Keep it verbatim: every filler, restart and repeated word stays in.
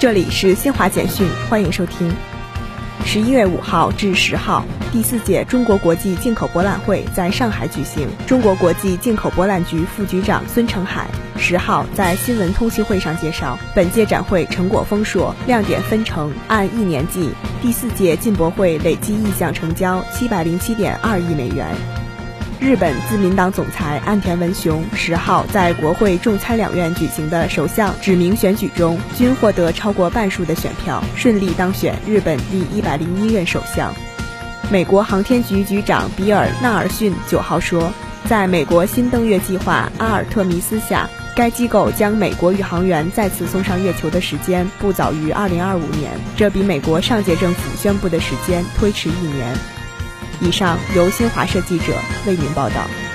这里是新华简讯，欢迎收听。十一月五号至十号，第四届中国国际进口博览会在上海举行。中国国际进口博览局副局长孙成海十号在新闻通讯会上介绍，本届展会成果丰硕，亮点纷呈。按一年计，第四届进博会累计意向成交七百零七点二亿美元。日本自民党总裁岸田文雄十号在国会众参两院举行的首相指名选举中，均获得超过半数的选票，顺利当选日本第一百零一任首相。美国航天局局长比尔·纳尔逊九号说，在美国新登月计划阿尔特弥斯下，该机构将美国宇航员再次送上月球的时间不早于二零二五年，这比美国上届政府宣布的时间推迟一年。以上由新华社记者为您报道。